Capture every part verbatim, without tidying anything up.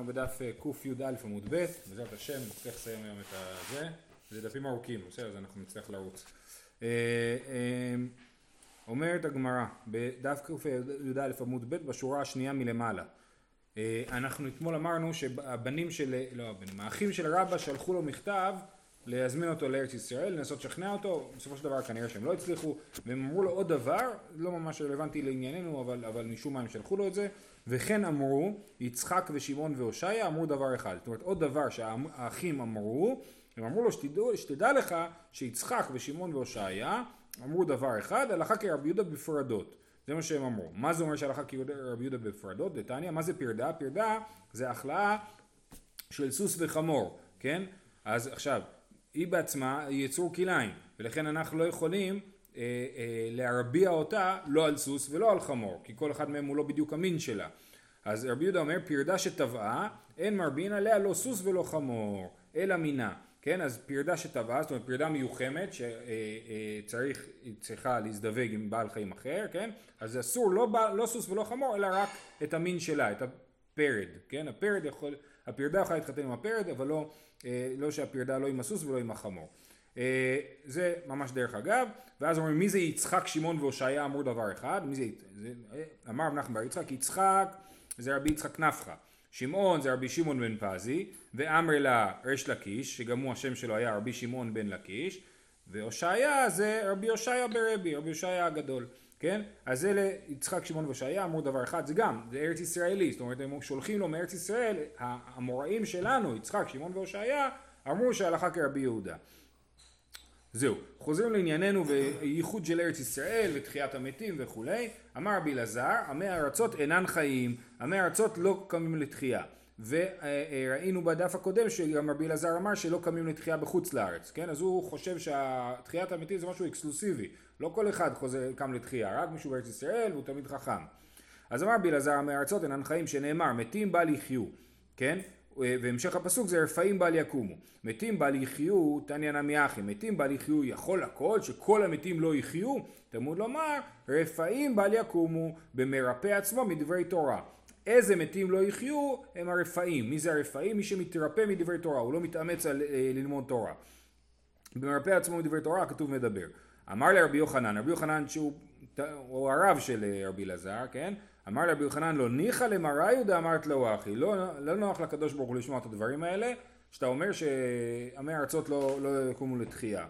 אנחנו בדף קי"א עמוד ב', בעזרת השם נצטרך לסיים היום את זה, זה דפים ארוכים, בסדר, אז אנחנו נצטרך לרוץ. אומרת הגמרא בדף קי"א עמוד ב' בשורה השנייה מלמעלה. אנחנו אתמול אמרנו שהבנים של, לא הבנים, האחים של רבא שלחו לו מכתב להזמין אותו לארץ ישראל, לנסות לשכנע אותו, בסופו של דבר כנראה שהם לא הצליחו, והם אמרו לו עוד דבר, לא ממש רלוונטי לענייננו, אבל, אבל משום מה הם שלחו לו את זה, וכן אמרו, יצחק ושמעון והושעיה אמרו דבר אחד, זאת אומרת עוד דבר שהאחים אמרו, הם אמרו לו שתדע, שתדע לך שיצחק ושמעון והושעיה אמרו דבר אחד, הלכה כרבי יהודה בפרדות, זה מה שהם אמרו. מה זה אומר שהלכה כרבי יהודה בפרדות? דתניא, מה זה פרדה? פרדה זה החלאה של סוס וחמור, כן? אז עכשיו, היא בעצמה היא יצור כליים, ולכן אנחנו לא יכולים אה, אה, להרביע אותה לא על סוס ולא על חמור, כי כל אחד מהם הוא לא בדיוק המין שלה. אז רבי יהודה אומר, פרדה שטבעה, אין מרבין עליה לא סוס ולא חמור, אלא מינה. כן, אז פרדה שטבעה, זאת אומרת פרדה מיוחמת שצריך, צריכה להזדווג עם בעל חיים אחר, כן? אז אסור לא, לא סוס ולא חמור, אלא רק את המין שלה, את הפרד, כן? הפרד יכול, הפרדה יכולה להתחתן עם הפרד, אבל לא, לא שהפרדה לא עם הסוס ולא עם החמור. זה ממש דרך אגב, ואז אומרים מי זה יצחק, שמעון והושעיה אמרו דבר אחד, מי זה, זה אמר רב נחמן בר יצחק, יצחק זה רבי יצחק נפחא. שמעון זה רבי שמעון בן פזי, ואמר לה ריש לקיש, שגם הוא השם שלו היה רבי שמעון בן לקיש, והושעיה זה רבי הושעיה ברבי, רבי הושעיה הגדול, כן? אז אלה יצחק, שמעון והושעיה אמרו דבר אחד, זה גם, זה ארץ ישראלי, זאת אומרת הם שולחים לו מארץ ישראל, המוראים שלנו, יצחק, שמעון והושעיה, אמרו שהלכה כרבי יהודה. זהו, חוזרים לענייננו וייחוד של ארץ ישראל ותחיית המתים וכולי. אמר רבי אלעזר, עמי הארצות אינן חיים, עמי הארצות לא קמים לתחייה. וראינו בדף הקודם שגם רבי אלעזר אמר שלא קמים לתחייה בחוץ לארץ, כן? אז הוא חושב שתחיית המתים זה משהו אקסקלוסיבי, לא כל אחד חוזר, קם לתחייה, רק מישהו בארץ ישראל והוא תמיד חכם. אז אמר רבי אלעזר, עמי הארצות אינן חיים, שנאמר מתים בל יחיו, כן? והמשך הפסוק זה רפאים בל יקומו. מתים בל יחיו, תניא נמי אחי, מתים בל יחיו יכול הכל, שכל המתים לא יחיו, תלמוד לומר, רפאים בל יקומו, במרפא עצמו מדברי תורה. איזה מתים לא יחיו הם הרפאים. מי זה הרפאים? מי שמתרפא מדברי תורה, הוא לא מתאמץ על, אה, ללמוד תורה. במרפא עצמו מדברי תורה הכתוב מדבר. אמר לרבי יוחנן, רבי יוחנן שהוא הוא הרב של רבי אלעזר, כן? אמר לרבי יוחנן לא ניחא למרא יהודה אמרת לו אחי, לא, לא נוח לקדוש ברוך הוא לשמוע את הדברים האלה, שאתה אומר שעמי הארצות לא, לא יקומו לתחייה.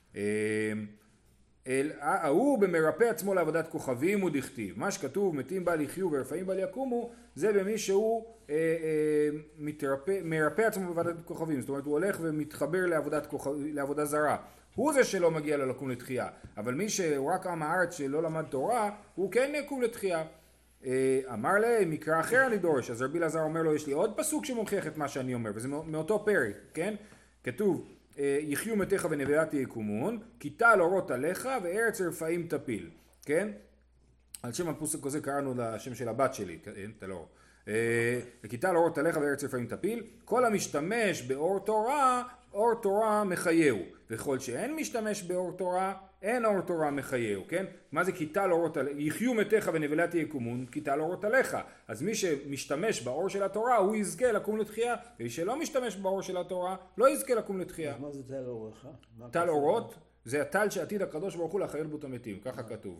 ההוא במרפא עצמו לעבודת כוכבים הוא דכתיב, מה שכתוב מתים בל יחיו ורפאים בל יקומו, זה במי שהוא אה, אה, מתרפא, מרפא עצמו בעבודת כוכבים, זאת אומרת הוא הולך ומתחבר לעבודת כוכב, לעבודה זרה. הוא זה שלא מגיע לו לקום לתחייה, אבל מי שהוא רק עם הארץ שלא למד תורה, הוא כן יקום לתחייה. אמר להם, מקרא אחר אני דורש, אז רבי אלעזר אומר לו, יש לי עוד פסוק שמוכיח את מה שאני אומר, וזה מאותו פרק, כן? כתוב, יחיו מתיך ונבלת יקומון, כי טל אורות עליך וארץ רפאים תפיל, כן? על שם הפסוק הזה קראנו לשם של הבת שלי, כן? טל אור. כי טל אורות עליך וארץ רפאים תפיל, כל המשתמש באור תורה, אור תורה מחייהו, וכל שאין משתמש באור תורה, אין אור תורה מחייהו, כן? מה זה כי טל אורות עליך? יחיו מתיך ונבלת יקומון, כי טל אורות עליך. אז מי שמשתמש באור של התורה, הוא יזכה לקום לתחייה, ומי שלא משתמש באור של התורה, לא יזכה לקום לתחייה. אז מה זה טל אורך? טל אורות, זה הטל שעתיד הקדוש ברוך הוא להחייל בו את המתים, ככה כתוב.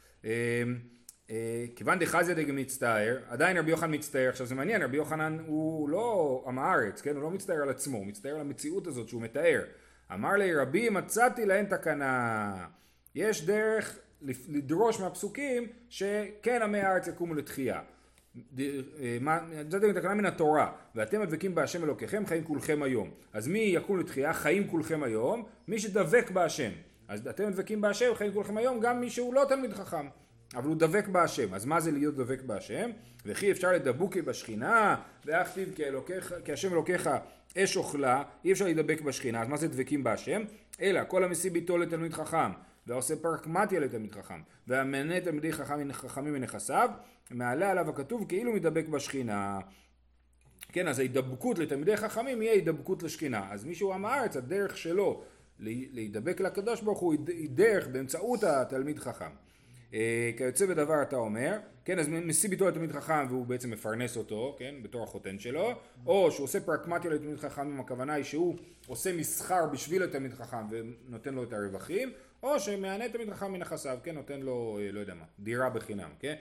כיוון דחזיה דגם מצטער, עדיין רבי יוחנן מצטער, עכשיו זה מעניין, רבי יוחנן הוא לא עם הארץ, כן? הוא לא מצטער על עצמו, הוא מצטער על המציאות הזאת שהוא מתאר. אמר לי רבי מצאתי להן תקנה, יש דרך לדרוש מהפסוקים שכן עמי הארץ יקומו לתחייה. מצאתי להן תקנה מן התורה, ואתם הדבקים בהשם אלוקיכם חיים כולכם היום. אז מי יקום לתחייה? חיים כולכם היום, מי שדבק בהשם. אז אתם הדבקים בהשם חיים כולכם היום, גם מי שהוא לא תלמיד חכם. אבל הוא דבק בהשם. אז מה זה להיות דבק בהשם? וכי אפשר לדבוקי בשכינה, ואכתיב כי השם אלוקיך אש אוכלה, אי אפשר להידבק בשכינה. אז מה זה דבקים בהשם? אלא כל המשיא ביתו לתלמיד חכם, ועושה פרקמטיה לתלמיד חכם, והמנה תלמידי חכם חכמים מנכסיו, מעלה עליו הכתוב כאילו מדבק בשכינה. כן, אז ההידבקות לתלמידי חכמים יהיה הידבקות לשכינה. אז מישהו עם הארץ, הדרך שלו להידבק לקדוש ברוך הוא היא דרך באמצעות התלמיד חכם. כיוצא בדבר אתה אומר, כן, אז משיא ביתו לתלמיד חכם והוא בעצם מפרנס אותו, כן, בתור החותן שלו, או שהוא עושה פרקמטיה לתלמיד חכם, הכוונה היא שהוא עושה מסחר בשביל התלמיד חכם ונותן לו את הרווחים, או שמענה תלמיד חכם מנכסיו, כן, נותן לו, לא יודע מה, דירה בחינם, כן.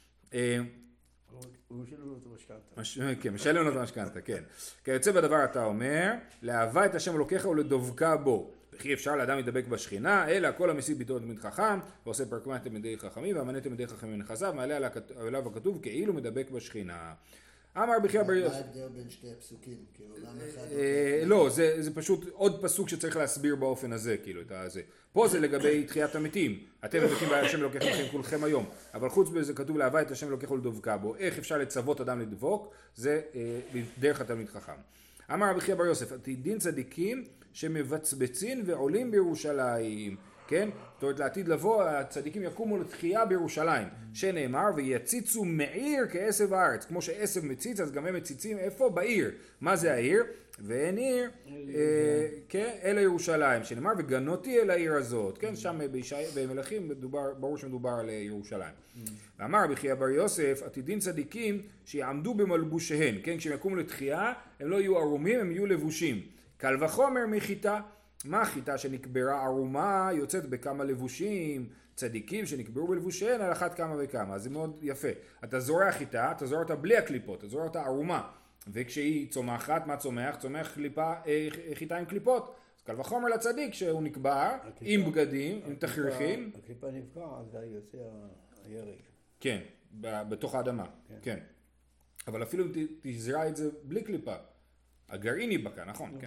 הוא משלם לו את המשכנתה. כן, משלם לו את המשכנתה, כן. כיוצא בדבר אתה אומר, לאהבה את השם אלוקיך ולדבקה בו. וכי אפשר לאדם לדבק בשכינה, אלא כל המסית ביתו תלמיד חכם, ועושה פרקמטיה תלמידי חכמים, והמנה תלמידי חכמים מנכסיו, מעלה עליו הכתוב כאילו מדבק בשכינה. אמר רבי חייא בר יוסף. מה ההבדל בין שתי הפסוקים? כעולם אחד? לא, זה פשוט עוד פסוק שצריך להסביר באופן הזה, כאילו, את הזה. פה זה לגבי תחיית המתים. אתם מבקים בהשם אלוקיכם לכם כולכם היום. אבל חוץ בזה כתוב לאהבה את השם אלוקיך ולדבקה בו. איך אפשר לצוות אדם לדבוק? זה דרך התלמיד חכם. אמר רבי חייא בר יוסף, עתידין צדיקים שמבצבצין ועולים בירושלים. כן? זאת אומרת, לעתיד לבוא, הצדיקים יקומו לתחייה בירושלים, שנאמר, ויציצו מעיר כעשב הארץ. כמו שעשב מציץ, אז גם הם מציצים איפה? בעיר. מה זה העיר? ואין עיר, אה, כן? אל ירושלים, שנאמר, וגנותי אל העיר הזאת. כן? שם במלכים מדובר, ברור שמדובר על ירושלים. ואמר רבי חייא בר יוסף, עתידין צדיקים שיעמדו במלבושיהן. כן? כשהם יקומו לתחייה, הם לא יהיו ערומים, הם יהיו לבושים. קל וחומר מחיטה. מה החיטה שנקברה ערומה יוצאת בכמה לבושים, צדיקים שנקברו בלבושיהן על אחת כמה וכמה, זה מאוד יפה. אתה זורע חיטה, אתה זורע אותה בלי הקליפות, אתה זורע אותה ערומה, וכשהיא צומחת, מה צומח? צומח קליפה, חיטה עם קליפות. אז קל וחומר לצדיק שהוא נקבר עם בגדים, עם תכריכים. הקליפה נפגעה, אז יוצא הירק. כן, בתוך האדמה, כן. אבל אפילו תזרע את זה בלי קליפה. הגרעין ייבקע, נכון, כן.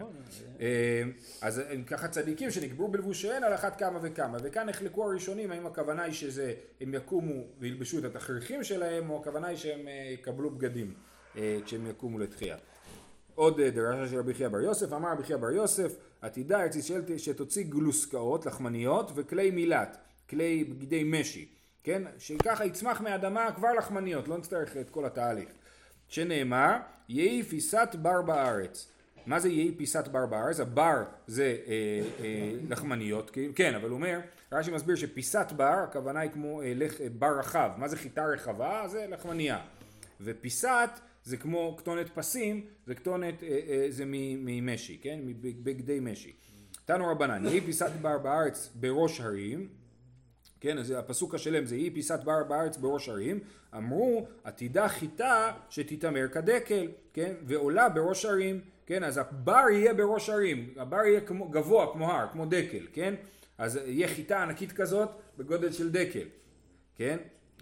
אז הם ככה צדיקים שנקברו בלבושיהן על אחת כמה וכמה, וכאן נחלקו הראשונים, האם הכוונה היא שזה, הם יקומו וילבשו את התכריכים שלהם, או הכוונה היא שהם יקבלו בגדים כשהם יקומו לתחייה. עוד דרשה של רבי חייא בר יוסף, אמר רבי חייא בר יוסף, עתידה ארץ ישראל שתוציא גלוסקאות, לחמניות, וכלי מילת, כלי בגדי משי, כן? שככה יצמח מהאדמה כבר לחמניות, לא נצטרך את כל התהליך. שנאמר, יהי פיסת בר בארץ. מה זה יהי פיסת בר בארץ? הבר זה אה, אה, לחמניות, כן, אבל הוא אומר, רש"י מסביר שפיסת בר, הכוונה היא כמו אה, לח, אה, בר רחב. מה זה חיטה רחבה? זה לחמניה. ופיסת זה כמו כתונת פסים, זה כתונת, אה, אה, זה ממשי, כן? מבגדי משי. תנו רבנן, יהי פיסת בר בארץ בראש הרים, כן, אז הפסוק השלם זה יהי פיסת בר בארץ בראש הרים, אמרו עתידה חיטה שתתאמר כדקל, כן, ועולה בראש הרים, כן, אז הבר יהיה בראש הרים, הבר יהיה כמו, גבוה כמו הר, כמו דקל, כן, אז יהיה חיטה ענקית כזאת בגודל של דקל, כן,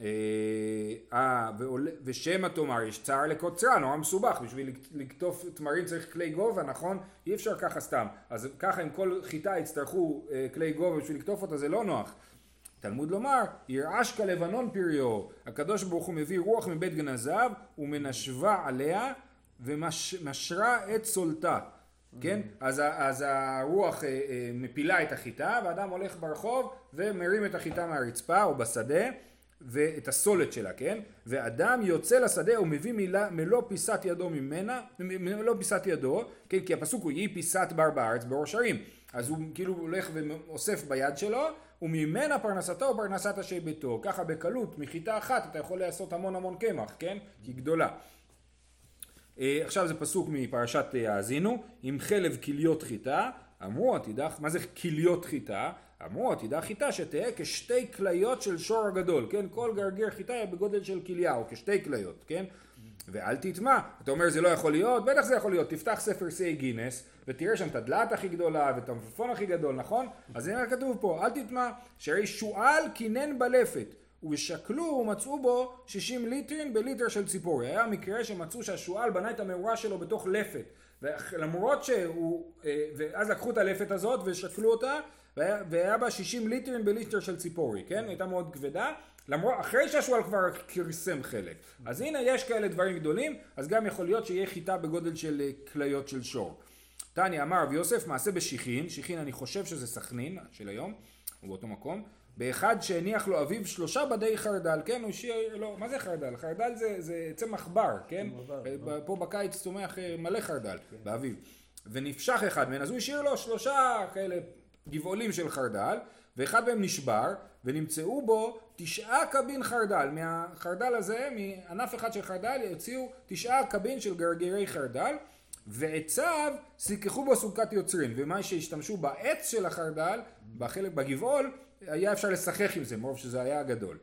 אה, ועולה, ושמה תאמר יש צער לקוצרה, נורא מסובך, בשביל לקטוף תמרים צריך כלי גובה, נכון? אי אפשר ככה סתם, אז ככה אם כל חיטה יצטרכו אה, כלי גובה בשביל לקטוף אותה זה לא נוח. תלמוד לומר, ירעש כלבנון פריו, הקדוש ברוך הוא מביא רוח מבית גנזיו ומנשבה עליה ומשרה את סולתה, כן? אז, אז הרוח אה, אה, מפילה את החיטה ואדם הולך ברחוב ומרים את החיטה מהרצפה או בשדה ואת הסולת שלה, כן? ואדם יוצא לשדה ומביא מילה, מלוא פיסת ידו ממנה, מלוא פיסת ידו, כן? כי הפסוק הוא יהי פיסת בר בארץ בראש הרים, אז הוא כאילו הולך ואוסף ביד שלו וממנה פרנסתו ופרנסת אנשי ביתו. ככה בקלות, מחיטה אחת אתה יכול לעשות המון המון קמח, כן? כי גדולה. עכשיו זה פסוק מפרשת האזינו, עם חלב כליות חיטה, אמרו עתידה, מה זה כליות חיטה? אמרו עתידה חיטה שתהיה כשתי כליות של שור הגדול, כן? כל גרגר חיטה יהיה בגודל של כליה, או כשתי כליות, כן? ואל תטמע, אתה אומר זה לא יכול להיות, בטח זה יכול להיות, תפתח ספר סי גינס ותראה שם את הדלת הכי גדולה ואת המפפון הכי גדול, נכון? אז הנה כתוב פה, אל תטמע, שהרי שועל כינן בלפת ושקלו ומצאו בו שישים ליטרין בליטר של ציפורי. היה מקרה שמצאו שהשועל בנה את המאורה שלו בתוך לפת, ולמרות שהוא, ואז לקחו את הלפת הזאת ושקלו אותה והיה, והיה בה שישים ליטרין בליטר של ציפורי, כן? הייתה מאוד כבדה, למרות, אחרי שהשועל כבר קרסם חלק. אז הנה יש כאלה דברים גדולים, אז גם יכול להיות שיהיה חיטה בגודל של כליות של שור. תניא אמר רב יוסף מעשה בשיחין, שיחין אני חושב שזה סכנין של היום, הוא באותו מקום, באחד שהניח לו אביו שלושה בדי חרדל, כן? הוא שיר, לא, מה זה חרדל? חרדל זה, זה צמח בר, כן? פה בקיץ צומח מלא חרדל, באביב. ונפשך אחד מהן, אז הוא השאיר לו שלושה כאלה גבעולים של חרדל, ואחד מהם נשבר, ונמצאו בו תשעה קבין חרדל. מהחרדל הזה, מענף אחד של חרדל, יוציאו תשעה קבין של גרגירי חרדל, ועציו סיככו בו סוכת יוצרין, ומה שהשתמשו בעץ של החרדל, בחלק בגבעול, היה אפשר לשחק עם זה, מרוב שזה היה גדול.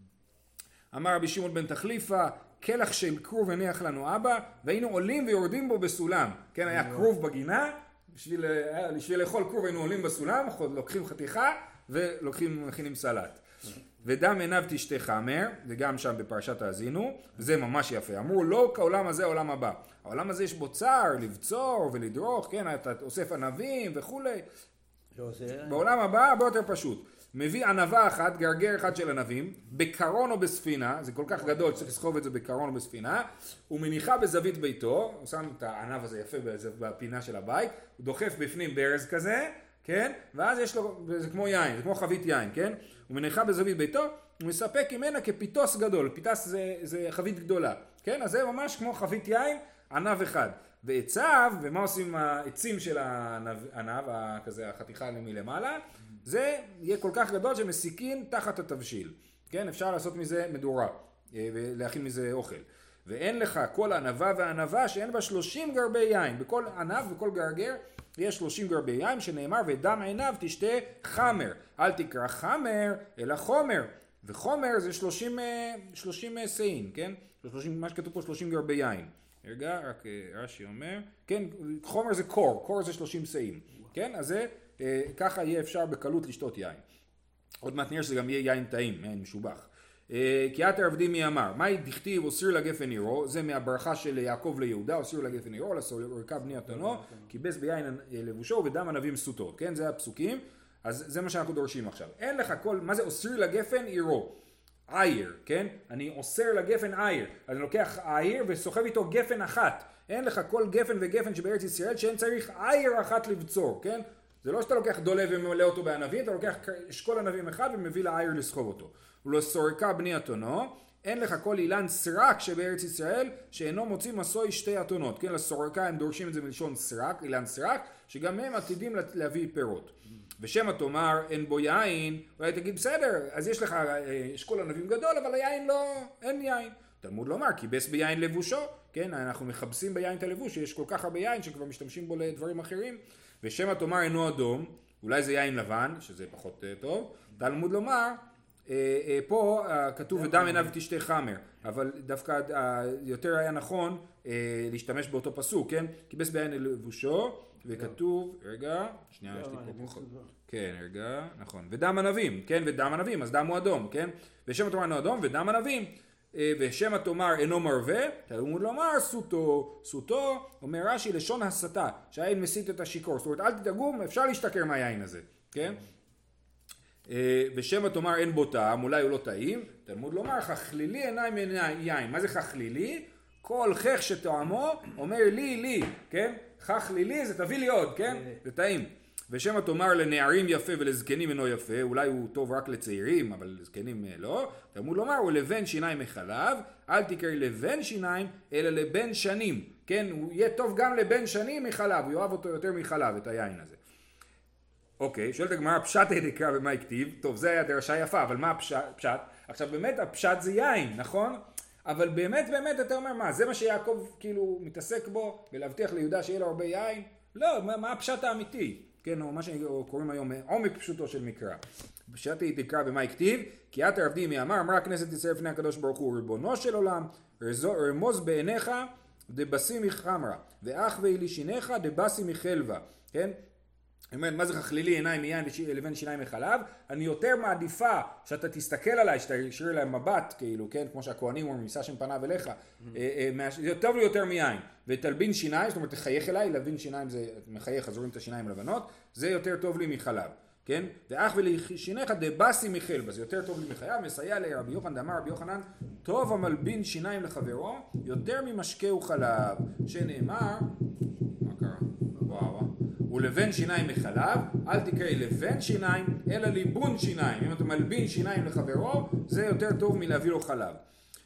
אמר רבי שמעון בן תחליפה, כלח של כרוב הניח לנו אבא, והיינו עולים ויורדים בו בסולם. כן, היה כרוב בגינה, בשביל, בשביל לאכול כרוב היינו עולים בסולם, לוקחים חתיכה ולוקחים, מכינים סלט. ודם עיניו תשתה חמר, זה גם שם בפרשת האזינו, וזה ממש יפה. אמרו, לא כעולם הזה, העולם הבא. העולם הזה יש בו צער, לבצור ולדרוך, כן, אתה אוסף ענבים וכולי. בעולם הבא, הרבה יותר פשוט. מביא ענבה אחת, גרגר אחד של ענבים, בקרון או בספינה, זה כל כך גדול שצריך לסחוב את זה בקרון או בספינה, הוא מניחה בזווית ביתו, הוא שם את הענב הזה יפה בפינה של הבית, הוא דוחף בפנים ברז כזה, כן? ואז יש לו, זה כמו יין, זה כמו חבית יין, כן? הוא מניחה בזווית ביתו, הוא מספק ממנה כפיתוס גדול, פיתס זה, זה חבית גדולה, כן? אז זה ממש כמו חבית יין, ענב אחד. ועציו, ומה עושים עם העצים של הענב, כזה החתיכה מלמעלה, זה יהיה כל כך גדול שמסיקין תחת התבשיל, כן? אפשר לעשות מזה מדורה ולהכין מזה אוכל. ואין לך כל ענבה וענבה שאין בה שלושים גרבי יין, בכל ענב וכל גרגר יש שלושים גרבי יין שנאמר ודם עיניו תשתה חמר, אל תקרא חמר אלא חומר, וחומר זה שלושים, שלושים סעים, כן? שלושים, מה שכתוב פה שלושים גרבי יין. רגע, רק רש"י אומר, כן, חומר זה קור, קור זה שלושים סעים, כן? אז זה, אה, ככה יהיה אפשר בקלות לשתות יין. עוד מעט נראה שזה גם יהיה יין טעים, יין משובח. אה, כי את עבדי מי אמר, מהי דכתיב אוסיר לגפן עירו, זה מהברכה של יעקב ליהודה, אוסיר לגפן עירו, לסורקה בני אתונו, כיבס ביין לבושו ודם ענבים סוטות, כן? זה הפסוקים, אז זה מה שאנחנו דורשים עכשיו. אין לך כל, מה זה אוסיר לגפן עירו? עיר, כן? אני אוסר לגפן עיר, אז אני לוקח עיר וסוחב איתו גפן אחת. אין לך כל גפן וגפן שבארץ ישראל שאין צריך עיר אחת לבצור, כן? זה לא שאתה לוקח דולב וממלא אותו בענבים, אתה לוקח אשכול ענבים אחד ומביא לעיר לסחוב אותו. ולסורקה בני אתונו, אין לך כל אילן סרק שבארץ ישראל שאינו מוציא מסוי שתי אתונות, כן? לסורקה הם דורשים את זה מלשון סרק, אילן סרק, שגם הם עתידים להביא פירות. ושמה תאמר אין בו יין, ואולי תגיד בסדר, אז יש לך אשכול ענבים גדול, אבל היין לא, אין יין. תלמוד לומר, כיבס ביין לבושו, כן, אנחנו מחבסים ביין את הלבוש, יש כל כך הרבה יין שכבר משתמשים בו לדברים אחרים. ושמה תאמר אינו אדום, אולי זה יין לבן, שזה פחות טוב. תלמוד לומר, פה כתוב ודם עיניו תשתה חמר, אבל דווקא יותר היה נכון להשתמש באותו פסוק, כן? כיבס ביין לבושו, וכתוב, רגע, שנייה, יש לי פה פחות. כן, רגע, נכון. ודם ענבים, כן, ודם ענבים, אז דם הוא אדום, כן? ושם התאמר אינו אדום, ודם ענבים. ושם התאמר אינו מרווה, תלמוד לומר סוטו, סוטו, אומר רש"י לשון הסתה, שהיין מסית את השיכור. זאת אומרת, אל תדאגו, אפשר להשתכר מהיין הזה, כן? ושם התאמר אין בו טעם, אולי הוא לא טעים, תלמוד לומר חכלילי עיניים יין. מה זה חכלילי? כל חך שטעמו אומר לי, לי, כן? חכלילי זה תביא לי עוד, כן? זה טעים. ושם תאמר לנערים יפה ולזקנים אינו יפה, אולי הוא טוב רק לצעירים, אבל לזקנים לא. תלמוד לומר, הוא לבן שיניים מחלב, אל תקראי לבן שיניים, אלא לבן שנים. כן, הוא יהיה טוב גם לבן שנים מחלב, הוא יאהב אותו יותר מחלב, את היין הזה. אוקיי, שואלת הגמרא, פשט דקרא ומה הכתיב? טוב, זה היה דרשה יפה, אבל מה הפשט? פשט? עכשיו באמת הפשט זה יין, נכון? אבל באמת באמת אתה אומר, מה, זה מה שיעקב כאילו מתעסק בו, ולהבטיח ליהודה שיהיה לו הרבה יין? לא, מה, מה הפשט האמיתי? כן, או מה שקוראים היום עומק פשוטו של מקרא. פשט תקרא ומה הכתיב? כי את עבדי מי אמר, אמרה כנסת ישראל לפני הקדוש ברוך הוא, ריבונו של עולם, רמוז בעיניך דבסי מחמרה, ואח ואילי שיניך דבסי מחלבה, כן? אני אומר, מה זה חכלילי עיניים מיין לבין שיניים מחלב? אני יותר מעדיפה שאתה תסתכל עליי, שאתה ישאיר להם מבט, כאילו, כן? כמו שהכהנים אומרים, ניסה שם פניו אליך. זה טוב לי יותר מיין. ותלבין שיניים, זאת אומרת, תחייך אליי, להבין שיניים זה מחייך, אז רואים את השיניים הלבנות, זה יותר טוב לי מחלב, כן? ואח ולשיניך דבסי מחלבה, זה יותר טוב לי מחייב, מסייע לרבי יוחנן דאמר רבי יוחנן, טוב המלבין שיניים לחברו, יותר ממשקהו חלב, שנאמר, מה קרה? וואו. ולבן שיניים מחלב, אל תקראי לבן שיניים, אלא ליבון שיניים. אם אתה מלבין שיניים לחברו, זה יותר טוב מלהביא לו חלב.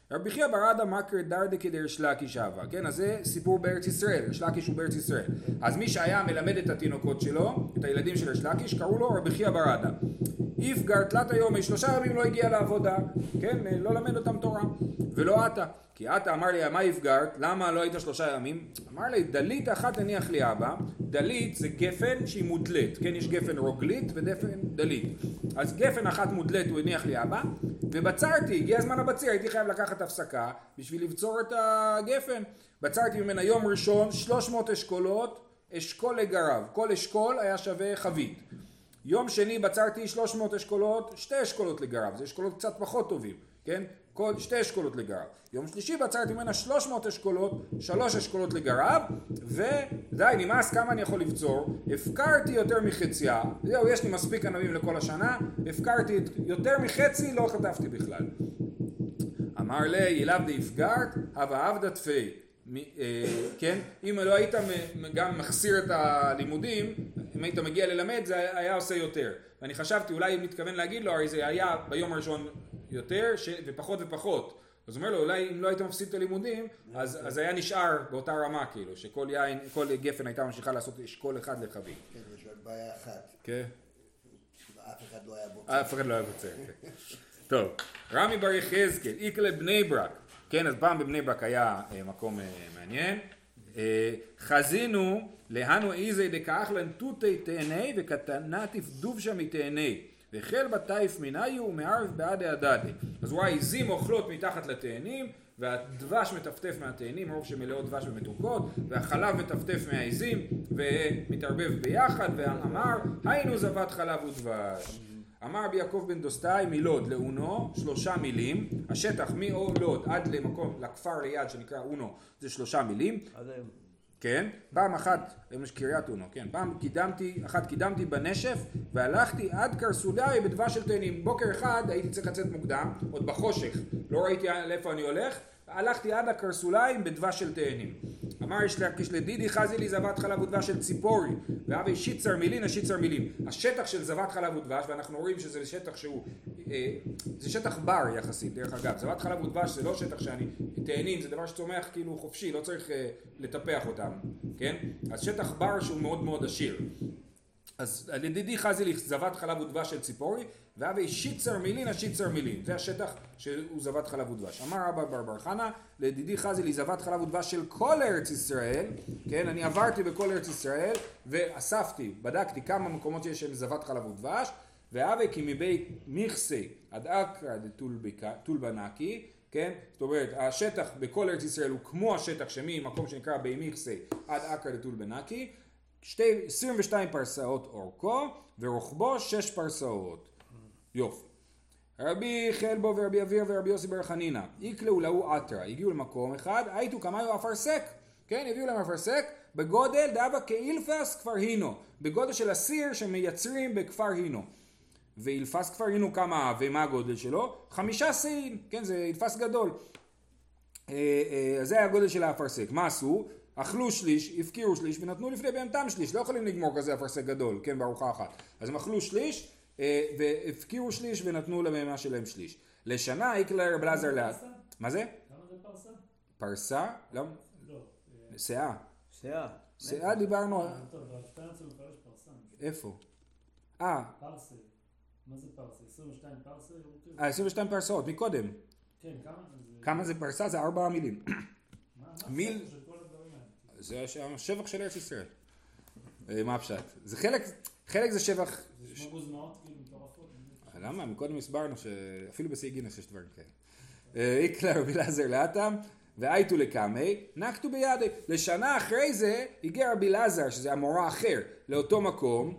רבי חייא בר עדה מקר דרדקי דריש לקיש הווה, כן, אז זה סיפור בארץ ישראל, ריש לקיש הוא בארץ ישראל. אז מי שהיה מלמד את התינוקות שלו, את הילדים של ריש לקיש, קראו לו רבי חייא בר עדה. איפגר תלת היום, שלושה ימים לא הגיע לעבודה, כן, לא למד אותם תורה, ולא עתה. כי עתה אמר לי, מה איפגרת? למה לא היית שלושה ימים? אמר לי, דלית אחת הניח לי אבא, דלית זה גפן שהיא מודלת, כן, יש גפן רוגלית וגפן דלית. אז גפן אחת מודלת הוא הניח לי אבא, ובצרתי, הגיע הזמן הבציר, הייתי חייב לקחת הפסקה בשביל לבצור את הגפן. בצרתי ממנה יום ראשון, שלוש מאות אשכולות, אשכול לגרב, כל אשכול היה שווה חבית. יום שני בצרתי שלוש מאות אשכולות, שתי אשכולות לגרב, זה אשכולות קצת פחות טובים, כן? כל, שתי אשכולות לגרב. יום שלישי בצרתי ממנה שלוש מאות אשכולות, שלוש אשכולות לגרב, ודי, נמאס כמה אני יכול לבצור, הפקרתי יותר מחציה, זהו, יש לי מספיק ענבים לכל השנה, הפקרתי יותר מחצי, לא חטפתי בכלל. אמר לי, ילב דהפגרת, הווה עבדה תפי. כן, אם לא היית גם מחסיר את הלימודים, אם היית מגיע ללמד זה היה עושה יותר. ואני חשבתי אולי מתכוון להגיד לו, הרי זה היה ביום הראשון יותר ש... ופחות ופחות. אז הוא אומר לו, אולי אם לא היית מפסיד את הלימודים, אז, אז היה נשאר באותה רמה כאילו, שכל יין, כל גפן הייתה ממשיכה לעשות אשכול אחד לחבית. כן, יש עוד בעיה אחת. כן. אף אחד לא היה בוצר. אף אחד לא היה בוצר, כן. טוב, רמי בר יחזקאל, איקלה בני ברק. כן, אז פעם בבני ברק היה אה, מקום אה, מעניין. אה, חזינו להנו איזי דקאחלן תותי תאני וקטנטיף דובשה מתאני וחל בתייף מניו ומערב בעדי הדדי. אז רואה עיזים אוכלות מתחת לתאנים והדבש מטפטף מהתאנים, רוב שמלאות דבש ומתוקות, והחלב מטפטף מהעיזים ומתערבב ביחד, ואמר היינו זבת חלב ודבש. אמר רבי יעקב בן דוסטאי מלוד לאונו שלושה מילים, השטח מלוד עד למקום, לכפר ליד שנקרא אונו זה שלושה מילים, כן, פעם אחת, יש קריית אונו, כן, פעם קידמתי, אחת קידמתי בנשף והלכתי עד קרסולי בדבש של תאנים, בוקר אחד הייתי צריך לצאת מוקדם, עוד בחושך, לא ראיתי לאיפה אני הולך, הלכתי עד הקרסוליים בדבש של תאנים. אמר יש להקיש לדידי חזי לי זבת חלב ודבש של ציפורי ואבי שיצר מילין השיצר מילין. השטח של זבת חלב ודבש, ואנחנו רואים שזה שטח שהוא אה, זה שטח בר יחסית, דרך אגב, זבת חלב ודבש זה לא שטח שאני, תאנים זה דבר שצומח כאילו חופשי, לא צריך אה, לטפח אותם, כן? אז שטח בר שהוא מאוד מאוד עשיר. אז לדידי חזי לי זבת חלב ודבש של ציפורי ואבי שיצר מילין השיצר מילין, זה השטח שהוא זבת חלב ודבש. אמר רבא בר בר חנה, לדידי חזי לי זבת חלב ודבש של כל ארץ ישראל, כן, אני עברתי בכל ארץ ישראל ואספתי, בדקתי כמה מקומות שיש שם זבת חלב ודבש, ואבי כי מבית מכסי עד אקרא דתול בנקי, כן, זאת אומרת השטח בכל ארץ ישראל הוא כמו השטח שממקום שנקרא בי מכסי עד אקרא דתול בנקי, שתי, עשרים ושתיים פרסאות אורכו ורוחבו שש פרסאות. יופי. רבי חלבו ורבי אביר ורבי יוסי בר חנינא איקלעו להו עטרה, הגיעו למקום אחד, הייתו כמיו אפרסק, כן, הביאו להם אפרסק בגודל דאבה כאילפס כפר הינו, בגודל של הסיר שמייצרים בכפר הינו. ואילפס כפר הינו כמה, ומה הגודל שלו? חמישה סין, כן, זה אילפס גדול. אז זה היה הגודל של האפרסק. מה עשו? אכלו שליש, הפקירו שליש ונתנו לפני בהמתם שליש, לא יכולים לגמור כזה אפרסק גדול, כן, בארוחה אחת. אז הם אכלו שליש והפקירו שליש ונתנו לבהמה שלהם שליש. לשנה איקלע רב אלעזר לאט. מה זה? כמה זה פרסה? פרסה? לא. לא. שאה. שאה. שאה דיברנו. טוב, אבל שתיים רוצה לפרש פרסה. איפה? אה. פרסה. מה זה פרסה? עשרים ושתיים פרסה? אה, עשרים ושתיים פרסאות, מקודם. כן, כמה? כמה זה פרסה? זה ארבעה מילים. מיל... של כל הדברים האלה. זה השבח של ארץ ישראל. מה הפשט? זה חלק, חלק זה שבח... זה שמונה גוזמאות כאילו מטורפות. למה? מקודם הסברנו שאפילו בסייגינס יש דברים כאלה. איקלע רבי אלעזר לאטם והייתו לקמי, נקטו בידי. לשנה אחרי זה הגיע רבי אלעזר, שזה המורה אחר, לאותו מקום,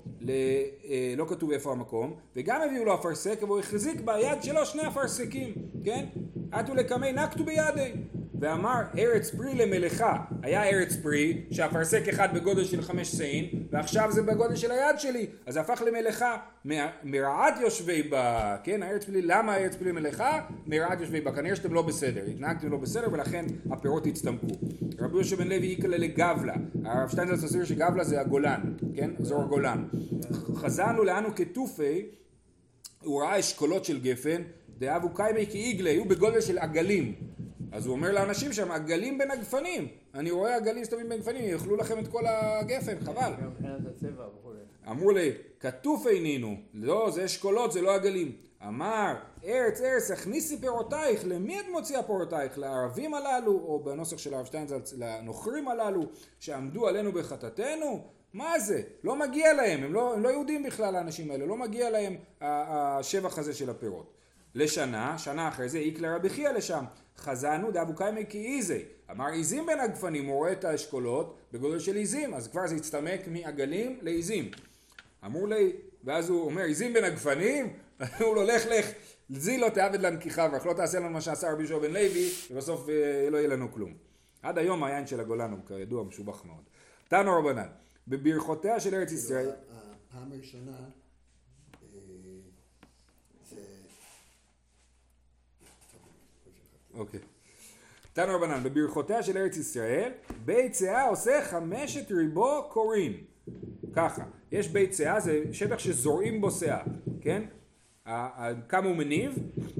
לא כתוב איפה המקום, וגם הביאו לו אפרסק, והוא החזיק ביד שלו שני אפרסקים, כן? הייתו לקמי, נקטו בידי. ואמר ארץ פרי למלאכה, היה ארץ פרי שהפרסק אחד בגודל של חמש סעין ועכשיו זה בגודל של היד שלי, אז זה הפך למלאכה מרעת יושבי בה, כן, הארץ פרי, למה הארץ פרי למלאכה? מרעת יושבי בה, כנראה שאתם לא בסדר, התנהגתם לא בסדר ולכן הפירות הצטמקו. רבי יהושע בן לוי איקלע לגבלה, הרב שטיינזלץ מסביר שגבלה זה הגולן, כן, אזור הגולן. חזרנו לאנו כתופי, הוא ראה אשכולות של גפן, דאבו קיימי כאיגלה, היו בגודל של עגלים, אז הוא אומר לאנשים שם, עגלים בין הגפנים. אני רואה עגלים שטובים בין גפנים, יאכלו לכם את כל הגפן, חבל. גם מבחינת הצבע וכו'. אמרו לי, כתוב אינינו, לא, זה אשכולות, זה לא עגלים. אמר, ארץ ארץ, הכניסי פירותייך, למי את מוציאה פירותייך? לערבים הללו, או בנוסח של הרב שטיינזלץ, לנוכרים הללו, שעמדו עלינו בחטאתנו? מה זה? לא מגיע להם, הם לא, הם לא יהודים בכלל האנשים האלה, לא מגיע להם השבח הזה של הפירות. לשנה, שנה אחרי זה, איקלה רבי חייא לשם, חזנו דאבו קיימי כאיזי, אמר עיזים בין הגפנים, הוא רואה את האשכולות בגודל של עיזים, אז כבר זה הצטמק מעגלים לעיזים. אמרו לי, ואז הוא אומר, עיזים בין הגפנים? הוא הולך לך, זילו תעבד לנקיחה, ואך לא תעשה לנו מה שעשה רבי יהושע בן לוי, ובסוף לא יהיה לנו כלום. עד היום העין של הגולן הוא כידוע משובח מאוד. תנו רבנן, בברכותיה של ארץ ישראל... הפעם הראשונה זה... אוקיי. תנו רבנן, בברכותיה של ארץ ישראל, בית שאה עושה חמשת ריבו קוראים. ככה, יש בית שאה, זה שטח שזורעים בו שאה, כן? כמה הוא מניב?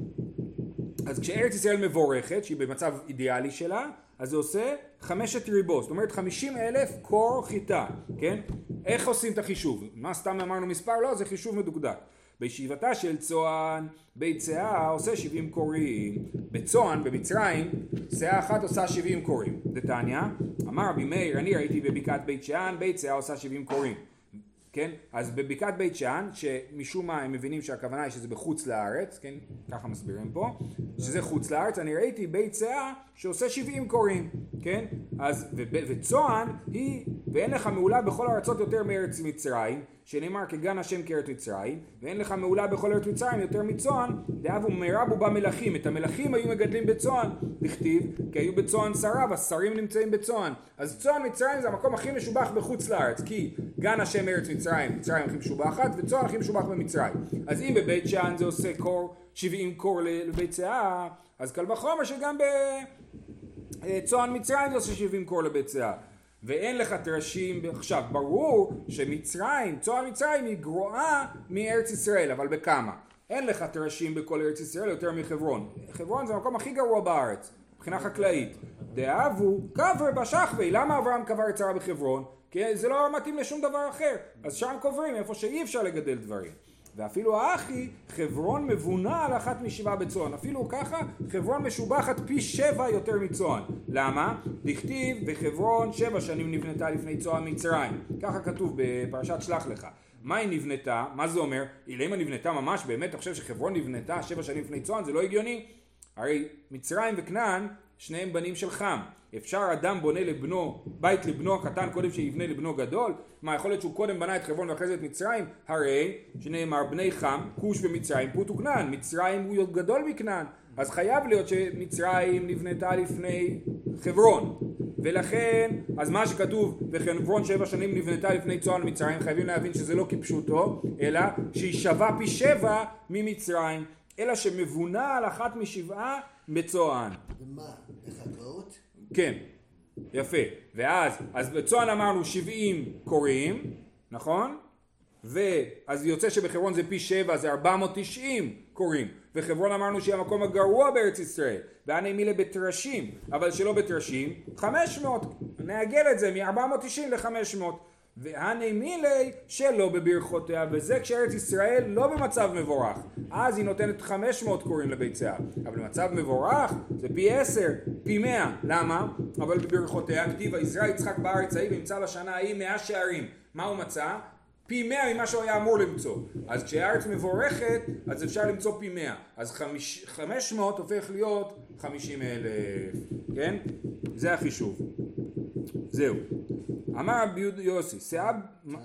אז כשארץ ישראל מבורכת, שהיא במצב אידיאלי שלה, אז זה עושה חמשת ריבו, זאת אומרת חמישים אלף קור חיטה, כן? איך עושים את החישוב? מה סתם אמרנו מספר? לא, זה חישוב מדוקדק. בישיבתה של צוען, בית שאה עושה שבעים קוראים. בצוען, במצרים, שאה אחת עושה שבעים קוראים. דתניא, אמר רבי מאיר, אני ראיתי בבקעת בית שאן, בית שאה עושה שבעים קוראים. כן? אז בבקעת בית שאן, שמשום מה הם מבינים שהכוונה היא שזה בחוץ לארץ, כן? ככה מסבירים פה, שזה חוץ לארץ, אני ראיתי בית שאה שעושה שבעים קוראים, כן? אז, וצוען היא, ואין לך מעולה בכל הארצות יותר מארץ מצרים, שנאמר כגן השם כארץ מצרים, ואין לך מעולה בכל ארץ מצרים יותר מצוען, דאבו מרבו במלכים, את המלכים היו מגדלים בצוען, לכתיב, כי היו בצוען שרה, והשרים נמצאים בצוען. אז צוען מצרים זה המקום הכי משובח בחוץ לארץ, כי גן השם ארץ מצרים, מצרים הכי משובחת, וצוען הכי משובח במצרים. אז אם בבית שאן זה עושה קור, שבעים קור לבית שאה, אז קל וחומר שגם בצוען מצרים זה עושה שבעים קור לבית שאה. ואין לך תרשים, עכשיו ברור שמצרים, צוען מצרים היא גרועה מארץ ישראל, אבל בכמה? אין לך תרשים בכל ארץ ישראל יותר מחברון. חברון זה המקום הכי גרוע בארץ, מבחינה חקלאית. דאבו קבר בשחווי, למה אברהם קבר את שרה בחברון? כי זה לא מתאים לשום דבר אחר, אז שם קוברים איפה שאי אפשר לגדל דברים. ואפילו האחי, חברון מבונה על אחת משבעה בצוען. אפילו ככה, חברון משובחת פי שבע יותר מצוען. למה? דכתיב בחברון שבע שנים נבנתה לפני צוען מצרים. ככה כתוב בפרשת שלח לך. מה היא נבנתה? מה זה אומר? אילמה נבנתה ממש, באמת אתה חושב שחברון נבנתה שבע שנים לפני צוען? זה לא הגיוני. הרי מצרים וכנען, שניהם בנים של חם. אפשר אדם בונה לבנו, בית לבנו הקטן קודם שיבנה לבנו גדול? מה, יכול להיות שהוא קודם בנה את חברון ואחרי זה את מצרים? הרי שנאמר בני חם, כוש ומצרים פוט וכנען. מצרים הוא גדול מכנען, אז חייב להיות שמצרים נבנתה לפני חברון. ולכן, אז מה שכתוב בחברון שבע שנים נבנתה לפני צוען מצרים, חייבים להבין שזה לא כפשוטו, אלא שהיא שווה פי שבע ממצרים, אלא שמבונה על אחת משבעה בצוען. ומה? בחקלאות? כן, יפה. ואז, אז בצוען אמרנו שבעים קוראים, נכון? ואז יוצא שבחברון זה פי שבע, זה ארבע מאות ותשעים קוראים. וחברון אמרנו שהיא המקום הגרוע בארץ ישראל. והנה מילה בתרשים, אבל שלא בתרשים, חמש מאות. נעגל את זה מ-ארבע מאות ותשעים ל-חמש מאות. והנה מילי שלא בברכותיה, וזה כשארץ ישראל לא במצב מבורך, אז היא נותנת חמש מאות קוראים לבית שאה, אבל במצב מבורך זה פי עשר, פי מאה. למה? אבל בברכותיה כתיב יזרע יצחק בארץ ההיא וימצא לשנה ההיא מאה שערים. מה הוא מצא? פי מאה ממה שהוא היה אמור למצוא. אז כשהארץ מבורכת אז אפשר למצוא פי מאה, אז חמיש, חמש מאות הופך להיות חמישים אלף, כן? זה החישוב. זהו. אמר רבי יוסי, שאה...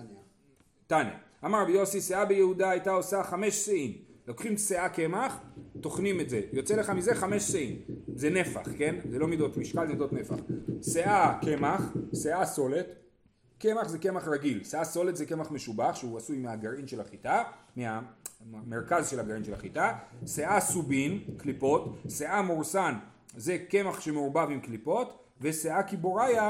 תניא. אמר רבי יוסי, שאה ביהודה הייתה עושה חמש שאים. לוקחים שאה קמח, תוכנים את זה. יוצא לך מזה חמש שאים. זה נפח, כן? זה לא מידות משקל, זה מידות נפח. שאה קמח, שאה סולת. קמח זה קמח רגיל. שאה סולת זה קמח משובח, שהוא עשוי מהגרעין של החיטה, מהמרכז של הגרעין של החיטה. שאה סובין, קליפות. שאה מורסן, זה קמח שמעורבב עם קליפות. ושאה קיבוריה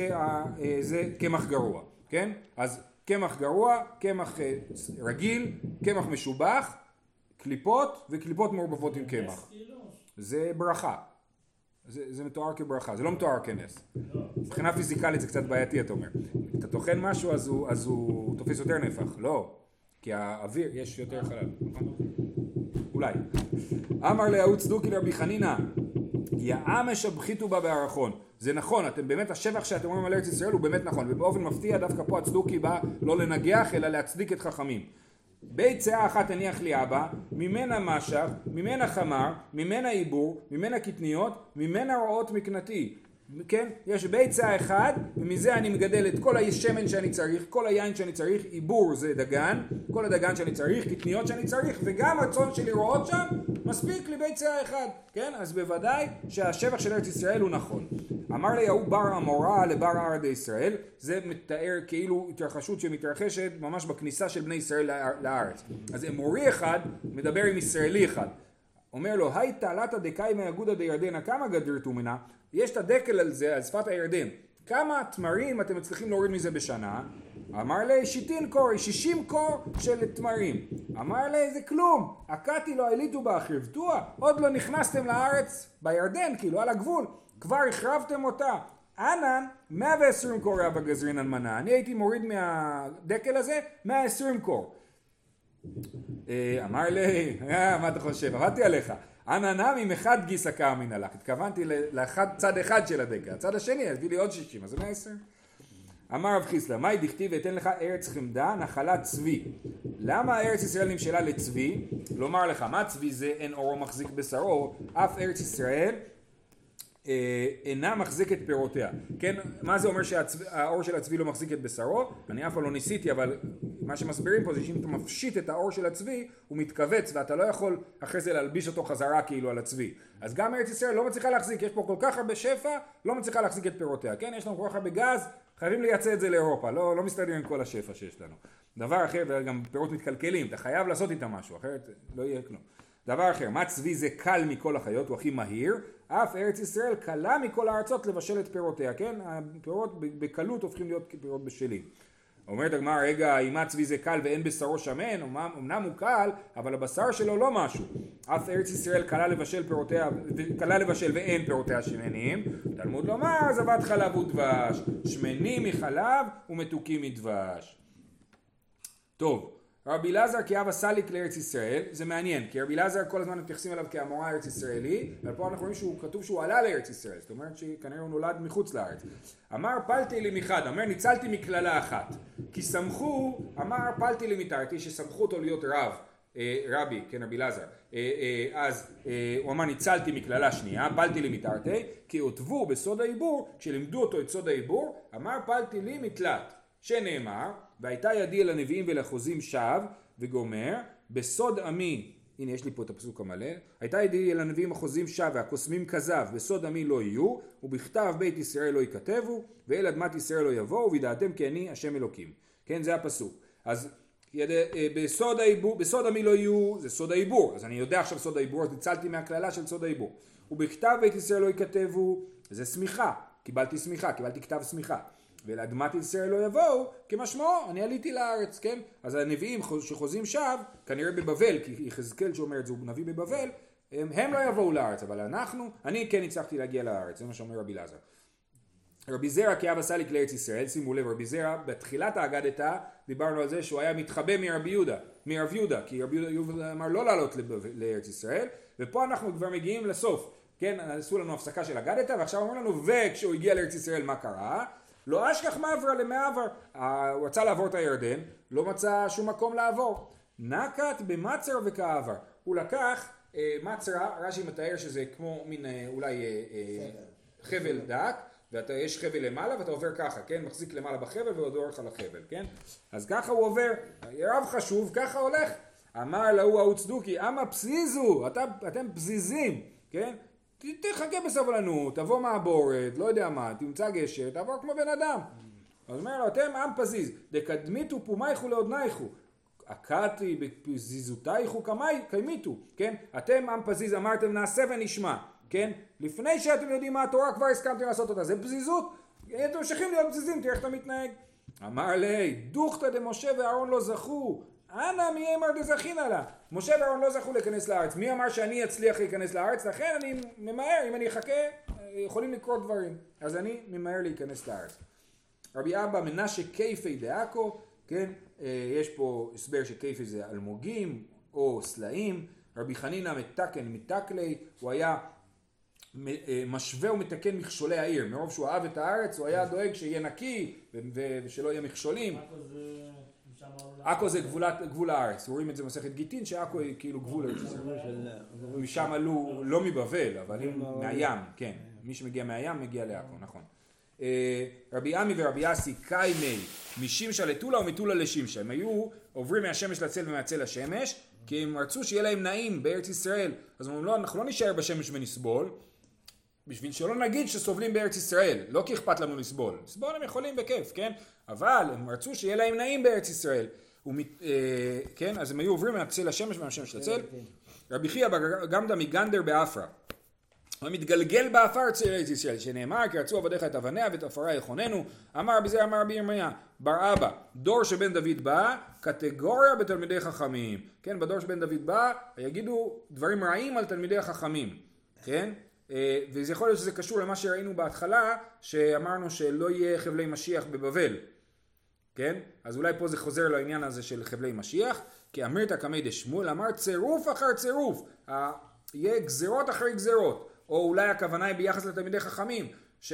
שזה קמח גרוע, כן? אז קמח גרוע, קמח רגיל, קמח משובח, קליפות וקליפות מעורבבות עם קמח. זה ברכה. זה, זה מתואר כברכה, זה לא מתואר כנס. מבחינה פיזיקלית זה קצת בעייתי, אתה אומר. אתה טוחן משהו אז הוא, אז הוא תופס יותר נפח, לא. כי האוויר, יש יותר חלל. אולי. אמר להוא צדוקי לרבי חנינא, יאה משבחיתו בה בערכון. זה נכון, אתם באמת, השבח שאתם אומרים על ארץ ישראל הוא באמת נכון, ובאופן מפתיע דווקא פה הצדוקי בא לא לנגח אלא להצדיק את חכמים. בית צאה אחת הניח לי אבא, ממנה משך, ממנה חמר, ממנה עיבור, ממנה קטניות, ממנה רועות מקנתי. כן? יש בית צאה אחד, ומזה אני מגדל את כל השמן שאני צריך, כל היין שאני צריך, עיבור זה דגן, כל הדגן שאני צריך, קטניות שאני צריך, וגם הצאן שלי רועות שם, מספיק לי בית צאה אחד. כן? אז בוודאי שהשבח של ארץ ישראל הוא נכון. אמר לי, ההוא בר אמורה לבר ערדי ישראל, זה מתאר כאילו התרחשות שמתרחשת ממש בכניסה של בני ישראל לארץ. אז אמורי אחד מדבר עם ישראלי אחד. אומר לו, היי תעלתא דקיימא אגודא דירדנא, כמה גדרתו מנה? יש את הדקל על זה, על שפת הירדן. כמה תמרים אתם מצליחים להוריד מזה בשנה? אמר לי, שיטין קור, שישים קור של תמרים. אמר לי, זה כלום. הקאתי לא העליתו בה, חרבתוה, עוד לא נכנסתם לארץ בירדן, כאילו על הגבול. כבר החרבתם אותה. ענן, מאה ועשרים קור היה בגזרינן מנה. אני הייתי מוריד מהדקל הזה, מאה ועשרים קור. אמר לי, מה אתה חושב? עבדתי עליך. ענן נמי מחד גיסא קאמינא לך. התכוונתי לצד אחד של הדקל. הצד השני, הביא לי עוד שישים, אז זה מאה ועשרים. אמר רב חיסדא, מאי דכתיב ואתן לך ארץ חמדה נחלת צבי. למה ארץ ישראל נמשלה לצבי? לומר לך, מה צבי זה? אין אורו מחזיק בשרו, אף ארץ ישראל אינה מחזיקת פירותיה. כן, מה זה אומר שהאור של הצבי לא מחזיק את בשרו? אני אף פעם לא ניסיתי, אבל מה שמסבירים פה זה שאם אתה מפשיט את האור של הצבי הוא מתכווץ ואתה לא יכול אחרי זה להלביש אותו חזרה כאילו על הצבי. אז גם ארץ ישראל לא מצליחה להחזיק, יש פה כל כך הרבה שפע, לא מצליחה להחזיק את פירותיה. כן, יש לנו כל כך הרבה גז, חייבים לייצא את זה לאירופה, לא, לא מסתדר עם כל השפע שיש לנו. דבר אחר, וגם פירות מתקלקלים, אתה חייב לעשות איתם משהו, אחרת לא יהיה כלום. דבר אחר, מה צבי זה קל מכל החיות, הוא הכי מהיר, אף ארץ ישראל קלה מכל הארצות לבשל את פירותיה, כן? הפירות בקלות הופכים להיות פירות בשלים. אומרת הגמרא, רגע, אם מה צבי זה קל ואין בשרו שמן, אמנם הוא קל, אבל הבשר שלו לא משהו. אף ארץ ישראל קלה לבשל פירותיה, קלה לבשל ואין פירותיה שמנים. תלמוד לומר, זבת חלב ודבש, שמנים מחלב ומתוקים מדבש. טוב. רבי אלעזר כאב הסליק לארץ ישראל, זה מעניין, כי רבי אלעזר כל הזמן מתייחסים אליו כאמורא ארץ ישראלי, ופה אנחנו רואים שהוא כתוב שהוא עלה לארץ ישראל, זאת אומרת שכנראה הוא נולד מחוץ לארץ. אמר פלתי לי מחד, אומר ניצלתי מכללה אחת, כי סמכו, אמר פלתי לי מתרתי, שסמכו אותו להיות רב, אה, רבי, כן רבי אלעזר, אה, אה, אז אה, הוא אמר ניצלתי מכללה שנייה, פלתי לי מתרתי, כי עוטבו בסוד העיבור, כשלימדו אותו את סוד העיבור, אמר פלתי לי מתלת, שנאמר, והייתה ידי אל הנביאים ולחוזים שב וגומר, בסוד עמי, הנה יש לי פה את הפסוק המלא, הייתה ידי אל הנביאים החוזים שב והקוסמים כזב, בסוד עמי לא יהיו, ובכתב בית ישראל לא יכתבו, ואל אדמת ישראל לא יבואו, וידעתם כי אני השם אלוקים. כן, זה הפסוק. אז יד... בסוד, העיבור, בסוד עמי לא יהיו, זה סוד העיבור, אז אני יודע עכשיו סוד העיבור, אז ניצלתי מהכללה של סוד העיבור. ובכתב בית ישראל לא יכתבו, זה סמיכה, קיבלתי סמיכה, קיבלתי כתב סמיכה. ולאדמת ישראל לא יבואו, כמשמעו, אני עליתי לארץ, כן? אז הנביאים שחוזים שב, כנראה בבבל, כי יחזקאל שאומר את זה, הוא נביא בבבל, הם, הם לא יבואו לארץ, אבל אנחנו, אני כן הצלחתי להגיע לארץ, זה מה שאומר רבי אלעזר. רבי זרע כאב הסליק לארץ ישראל, שימו לב, רבי זרע, בתחילת האגדתא, דיברנו על זה שהוא היה מתחבא מרבי יהודה, מרב יהודה, כי רבי יהודה אמר לא לעלות לארץ ישראל, ופה אנחנו כבר מגיעים לסוף, כן? עשו לנו הפסקה של אגדתא, ועכשיו אומרים לנו, וכשהוא הגיע לארץ ישראל, מה קרה? לא אשכח מעברה למעבר, הוא רצה לעבור את הירדן, לא מצא שום מקום לעבור. נקט במצר וכעבר. הוא לקח אה, מצרה, רש"י מתאר שזה כמו מין אה, אולי אה, אה, חבל דק, ויש חבל למעלה ואתה עובר ככה, כן? מחזיק למעלה בחבל ועוד הולך על החבל, כן? אז ככה הוא עובר, רב חשוב, ככה הולך. אמר להוא ההוא צדוקי, אמה פזיזו, אתה, אתם פזיזים, כן? תחכה בסבלנות, תבוא מעבורת, לא יודע מה, תמצא גשר, תעבור כמו בן אדם. אז אומר לו, אתם עם פזיז, דקדמיתו פומייכו לעודנייכו, הקעתי בפזיזותייכו קיימיתו, כן? אתם עם פזיז אמרתם נעשה ונשמע, כן? לפני שאתם יודעים מה התורה כבר הסכמתם לעשות אותה, זה פזיזות, אתם ממשיכים להיות פזיזים, תראה איך אתה מתנהג. אמר לי, דוכתא דמשה ואהרון לא זכו, אנא מי אמר דזכין לה. משה ואהרון לא זכו להיכנס לארץ. מי אמר שאני אצליח להיכנס לארץ? לכן אני ממהר, אם אני אחכה, יכולים לקרות דברים, אז אני ממהר להיכנס לארץ. רבי אבא מנשה כיפי דעכו, כן, יש פה הסבר שכיפי זה אלמוגים או סלעים, רבי חנינא מתקן מתקלי, הוא היה משווה ומתקן מכשולי העיר, מרוב שהוא אהב את הארץ הוא היה דואג שיהיה נקי ושלא יהיה מכשולים. עכו זה גבול הארץ, רואים את זה במסכת גיטין שעכו היא כאילו גבול הארץ, משם עלו לא מבבל אבל מהים, כן, מי שמגיע מהים מגיע לעכו, נכון. רבי עמי ורבי יאסי קיימי משמשה לטולה ומטולה לשמשה, הם היו עוברים מהשמש לצל ומהצל לשמש כי הם רצו שיהיה להם נעים בארץ ישראל, אז הם אומרים, אנחנו לא נשאר בשמש ונסבול, בשביל שלא נגיד שסובלים בארץ ישראל, לא כי אכפת לנו לסבול, לסבול הם יכולים בכיף, כן? אבל הם רצו שיהיה להם נעים בארץ ישראל, ומת, אה, כן? אז הם היו עוברים מהצל לשמש ומהשמש לצל. רבי חייא גמדא מגנדר באפרה, הוא מתגלגל באפר צל ארץ ישראל, שנאמר כי רצו עבדיך את אבניה ואת עפרה יכוננו, אמר בזה אמר רבי ירמיה, בר אבא, דור שבן דוד בא, קטגוריה בתלמידי חכמים, כן? בדור שבן דוד בא, יגידו דברים רעים על תלמידי החכמים, כן? וזה יכול להיות שזה קשור למה שראינו בהתחלה, שאמרנו שלא יהיה חבלי משיח בבבל, כן? אז אולי פה זה חוזר לעניין הזה של חבלי משיח, כי אמירתא קמי דשמואל אמר צירוף אחר צירוף, יהיה גזרות אחרי גזרות, או אולי הכוונה היא ביחס לתלמידי חכמים,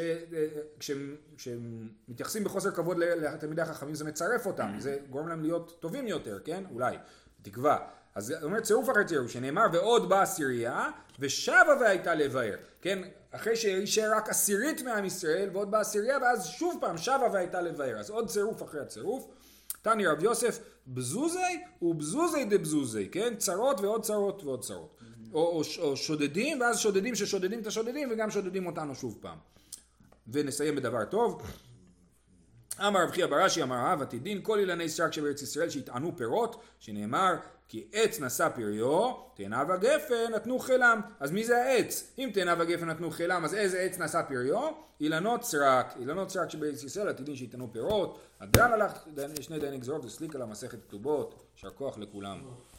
שכשהם מתייחסים בחוסר כבוד לתלמידי החכמים זה מצרף אותם, זה גורם להם להיות טובים יותר, כן? אולי, תקווה. אז הוא אומר צירוף אחרי צירוף, שנאמר ועוד באה עשירייה ושבה והייתה לבאר, כן? אחרי שישאר רק עשירית מעם ישראל ועוד באה עשירייה ואז שוב פעם שבה והייתה לבאר, אז עוד צירוף אחרי הצירוף. תני רב יוסף בזוזי ובזוזי דבזוזי, כן? צרות ועוד צרות ועוד צרות. או, או, או שודדים ואז שודדים ששודדים את השודדים וגם שודדים אותנו שוב פעם. ונסיים בדבר טוב. אמר רב חייא ברש"י אמר רב עתידין כל אילני סרק שבארץ ישראל שהטענו פירות, שנאמר כי עץ נשא פריו, תאנה וגפן נתנו חילם. אז מי זה העץ? אם תאנה וגפן נתנו חילם, אז איזה עץ נשא פריו? אילנות סרק, אילנות סרק שבארץ ישראל עתידין שהטענו פירות. הדרן הלך שני דייני גזרות וסליק על המסכת כתובות, יישר כוח לכולם.